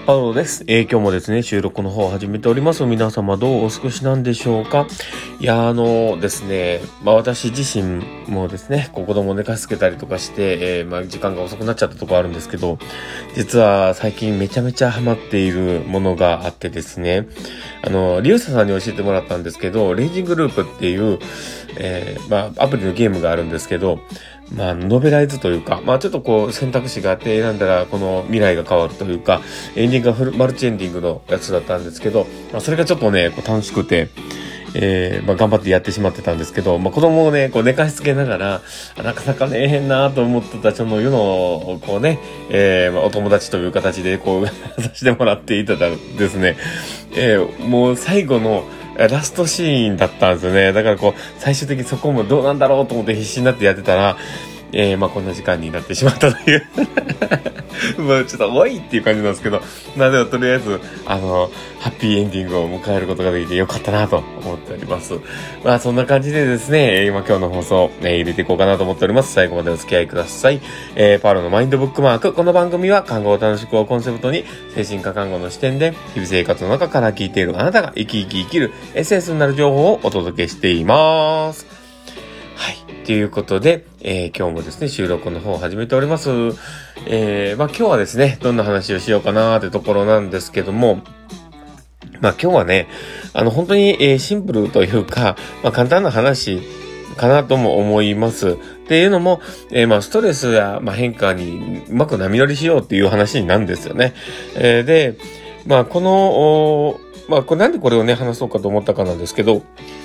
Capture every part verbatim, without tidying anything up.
パウロです。えー、今日もですね、収録の方を始めております。皆様どうお過ごしなんでしょうか。いや、あのですね、まあ私自身もですね、子供を寝かしつけたりとかして、えー、まあ時間が遅くなっちゃったところあるんですけど、実は最近めちゃめちゃハマっているものがあってですね、あの、リュウサさんに教えてもらったんですけど、レイジングループっていう、えー、まあアプリのゲームがあるんですけど、まあ、ノベライズというか、まあちょっとこう選択肢があって選んだらこの未来が変わるというか、エンディングがフルマルチエンディングのやつだったんですけど、まあそれがちょっとね、こう楽しくて、えー、まあ頑張ってやってしまってたんですけど、まあ子供をね、こう寝かしつけながら、なかなかねえへんなと思ってたその世の、こうね、えー、まあお友達という形でこう、させてもらっていただですね、えー、もう最後の、ラストシーンだったんですよね。だからこう、最終的にそこもどうなんだろうと思って必死になってやってたら、えー、まあこんな時間になってしまったという。まあちょっと多いっていう感じなんですけど、まあでもとりあえず、あの、ハッピーエンディングを迎えることができてよかったなと思っております。まあそんな感じでですね、今今日の放送、えー、入れていこうかなと思っております。最後までお付き合いください。えー、パウロのマインドブックマーク。この番組は看護を楽しくをコンセプトに、精神科看護の視点で、日々生活の中から聞いているあなたが生き生き生きるエッセンスになる情報をお届けしています。はい。ということで、えー、今日もですね、収録の方を始めております。えー、まあ今日はですね、どんな話をしようかなーってところなんですけども、まあ今日はね、あの本当に、えー、シンプルというか、まあ簡単な話かなとも思います。っていうのも、えー、まあストレスや、まあ、変化にうまく波乗りしようっていう話になるんですよね。えー、で、まあこの、まあこれなんでこれをね、話そうかと思ったかなんですけど、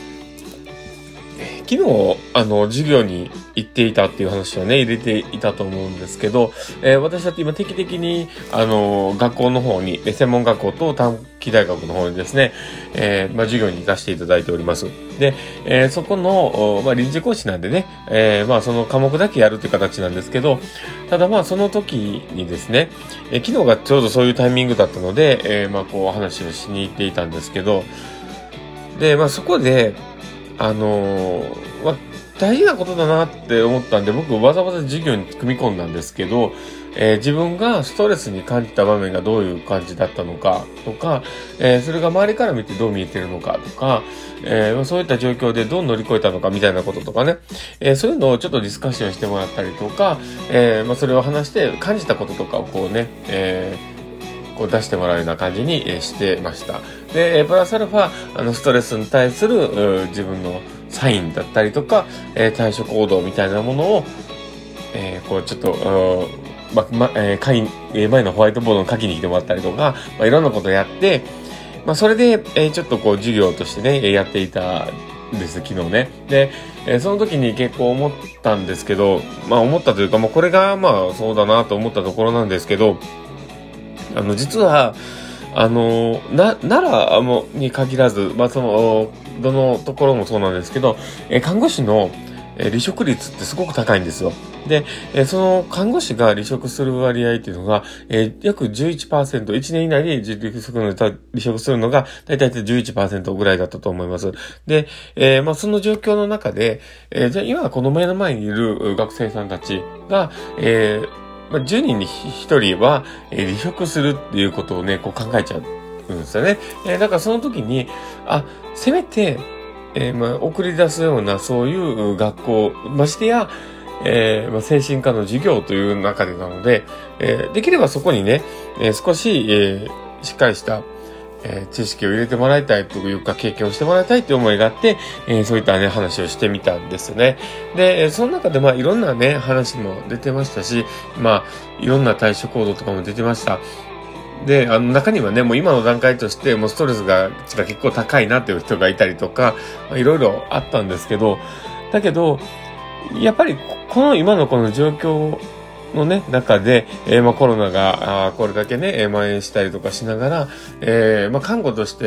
昨日、あの、授業に行っていたっていう話をね、入れていたと思うんですけど、えー、私だって今定期的に、あの、学校の方に、専門学校と短期大学の方にですね、えー、まあ、授業に行かせていただいております。で、えー、そこの、まあ、臨時講師なんでね、えー、まあ、その科目だけやるっていう形なんですけど、ただまあ、その時にですね、えー、昨日がちょうどそういうタイミングだったので、えー、まあ、こう、話をしに行っていたんですけど、で、まあ、そこで、あのー、まあ、大事なことだなって思ったんで、僕わざわざ授業に組み込んだんですけど、えー、自分がストレスに感じた場面がどういう感じだったのかとか、えー、それが周りから見てどう見えてるのかとか、えー、そういった状況でどう乗り越えたのかみたいなこととかね、えー、そういうのをちょっとディスカッションしてもらったりとか、えーまあ、それを話して感じたこととかをこうね、えーこう出してもらうような感じに、えー、してました。で、プラスアルファ、あの、ストレスに対する自分のサインだったりとか、えー、対処行動みたいなものを、えー、こうちょっと、ま、ま、えー、会員、えー、前のホワイトボードの書きに来てもらったりとか、まあ、いろんなことやって、まあ、それで、えー、ちょっとこう授業としてね、やっていたんです、昨日ね。で、えー、その時に結構思ったんですけど、まあ思ったというか、まあこれがまあそうだなと思ったところなんですけど、あの、実は、あの、な、奈良もに限らず、まあ、その、どのところもそうなんですけど、え看護師の、え離職率ってすごく高いんですよ。で、えその看護師が離職する割合っていうのが、えー、約 じゅういちパーセント、いちねん以内に離職の離職するのが、だいたいじゅういちパーセントぐらいだったと思います。で、えー、まあ、その状況の中で、えー、じゃあ今この目の前にいる学生さんたちが、えーまあ、じゅうにんにひとりは、えー、離職するっていうことをね、こう考えちゃうんですよね。えー、だからその時に、あ、せめて、えー、まあ、送り出すようなそういう学校、ましてや、えー、まあ、精神科の授業という中でなので、えー、できればそこにね、えー、少し、えー、しっかりした、えー、知識を入れてもらいたいというか経験をしてもらいたいという思いがあって、えー、そういったね話をしてみたんですよね。で、その中でまあいろんなね話も出てましたし、まあいろんな対処行動とかも出てました。で、あの中にはね、もう今の段階としてもうストレスが結構高いなっていう人がいたりとか、まあ、いろいろあったんですけど、だけどやっぱりこの今のこの状況のね、中で、えー、まあ、コロナが、あこれだけね、蔓延したりとかしながら、えー、まあ、看護として、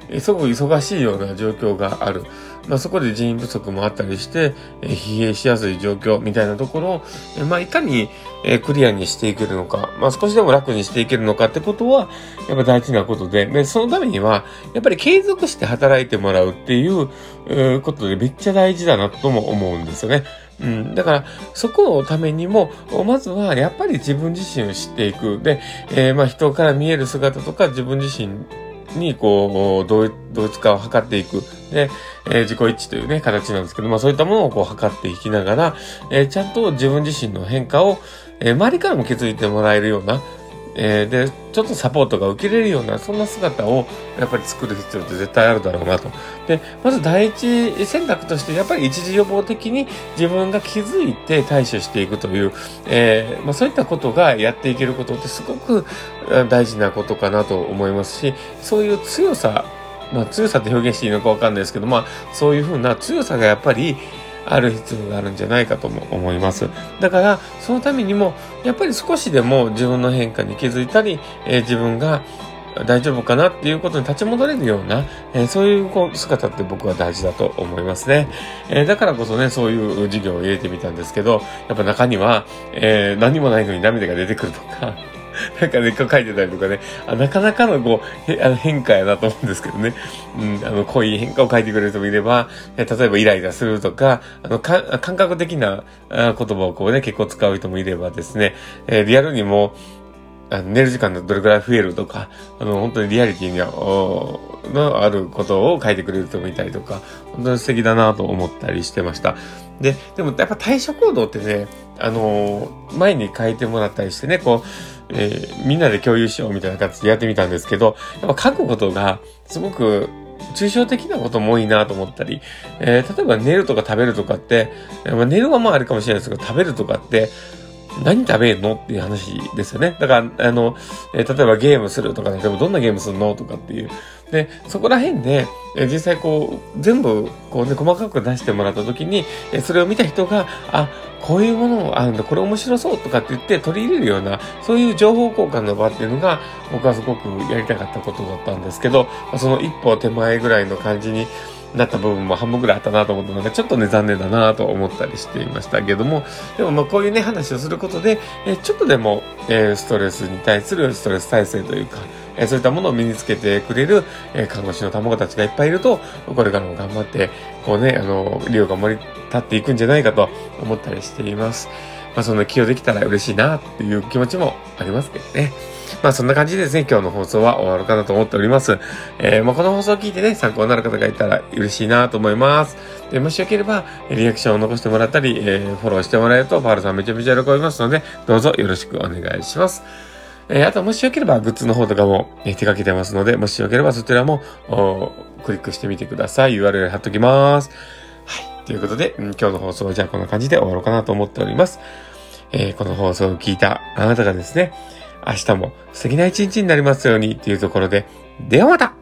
すごく忙しいような状況がある。まあそこで人員不足もあったりして、えー、疲弊しやすい状況みたいなところを、えー、まあいかに、えー、クリアにしていけるのか、まあ少しでも楽にしていけるのかってことは、やっぱ大事なことで、で、そのためには、やっぱり継続して働いてもらうっていう、えー、ことでめっちゃ大事だなとも思うんですよね。うん。だから、そこのためにも、まずは、やっぱり自分自身を知っていく。で、えー、まあ人から見える姿とか自分自身に、こう、同一化を図っていく。で、えー、自己一致というね、形なんですけど、まあそういったものをこう測っていきながら、えー、ちゃんと自分自身の変化を、えー、周りからも気づいてもらえるような、えー、で、ちょっとサポートが受けれるような、そんな姿をやっぱり作る必要って絶対あるだろうなと。で、まず第一選択として、やっぱり一時予防的に自分が気づいて対処していくという、えー、まあそういったことがやっていけることってすごく大事なことかなと思いますし、そういう強さ、まあ強さって表現していいのかわかんないですけど、まあそういうふうな強さがやっぱり、ある必要があるんじゃないかとも思います。だから、そのためにも、やっぱり少しでも自分の変化に気づいたり、えー、自分が大丈夫かなっていうことに立ち戻れるような、えー、そういうこう姿って僕は大事だと思いますね。えー、だからこそね、そういう授業を入れてみたんですけど、やっぱ中には、えー、何もないのに涙が出てくるとか、なんかね、書いてたりとかね、あなかなかのこう、あの変化やなと思うんですけどね。うん、あの、濃い変化を書いてくれる人もいれば、え例えばイライラするとか、あの、か感覚的な言葉をこうね、結構使う人もいればですね、えー、リアルにも、あの寝る時間がどれくらい増えるとか、あの、本当にリアリティには、のあることを書いてくれる人もいたりとか、本当に素敵だなと思ったりしてました。で、でもやっぱ対処行動ってね、あのー、前に書いてもらったりしてね、こう、えー、みんなで共有しようみたいな形でやってみたんですけど、やっぱ書くことがすごく抽象的なことも多いなと思ったり、えー、例えば寝るとか食べるとかって、まあ、寝るはまああれかもしれないですけど、食べるとかって、何食べるのっていう話ですよね。だから、あの、えー、例えばゲームするとか、でもどんなゲームするのとかっていう。で、そこら辺で、えー、実際こう、全部、こうね、細かく出してもらったときに、えー、それを見た人が、あ、こういうものあるんだ、これ面白そうとかって言って取り入れるような、そういう情報交換の場っていうのが、僕はすごくやりたかったことだったんですけど、その一歩手前ぐらいの感じに、なった部分も半分ぐらいあったなと思ったので、ちょっとね、残念だなと思ったりしていましたけども、でもまあこういうね、話をすることで、えちょっとでも、えー、ストレスに対するストレス耐性というか、えー、そういったものを身につけてくれる、えー、看護師の卵たちがいっぱいいると、これからも頑張って、こうね、あの、医療が盛り立っていくんじゃないかと思ったりしています。まあその起用できたら嬉しいなっていう気持ちもありますけどね。まあそんな感じでですね、今日の放送は終わるかなと思っております。えー、まあこの放送を聞いてね、参考になる方がいたら嬉しいなと思います。で、もしよければ、リアクションを残してもらったり、えー、フォローしてもらえると、パールさんめちゃめちゃ喜びますので、どうぞよろしくお願いします。えー、あともしよければ、グッズの方とかも、えー、手掛けてますので、もしよければそちらも、クリックしてみてください。ユーアールエル 貼っときます。はい。ということで、うん、今日の放送はじゃあこんな感じで終わろうかなと思っております。えー、この放送を聞いたあなたがですね、明日も素敵な一日になりますようにというところで、ではまた。